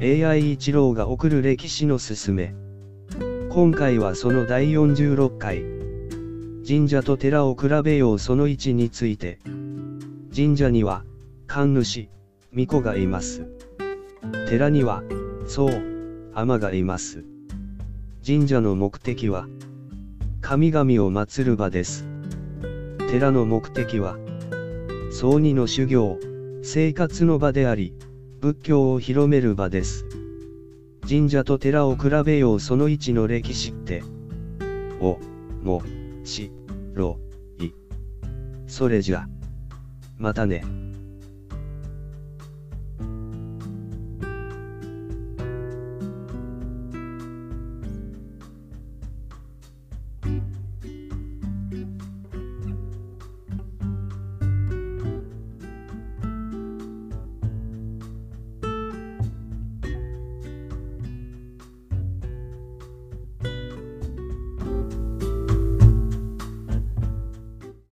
AI 一郎が送る歴史のすすめ。今回はその第46回。神社と寺を比べようその1について。神社には、神主、巫女がいます。寺には、僧、尼がいます。神社の目的は、神々を祀る場です。寺の目的は、僧尼の修行、生活の場であり、仏教を広める場です。神社と寺を比べようその1の歴史って、お、も、し、ろ、い。それじゃ。またね。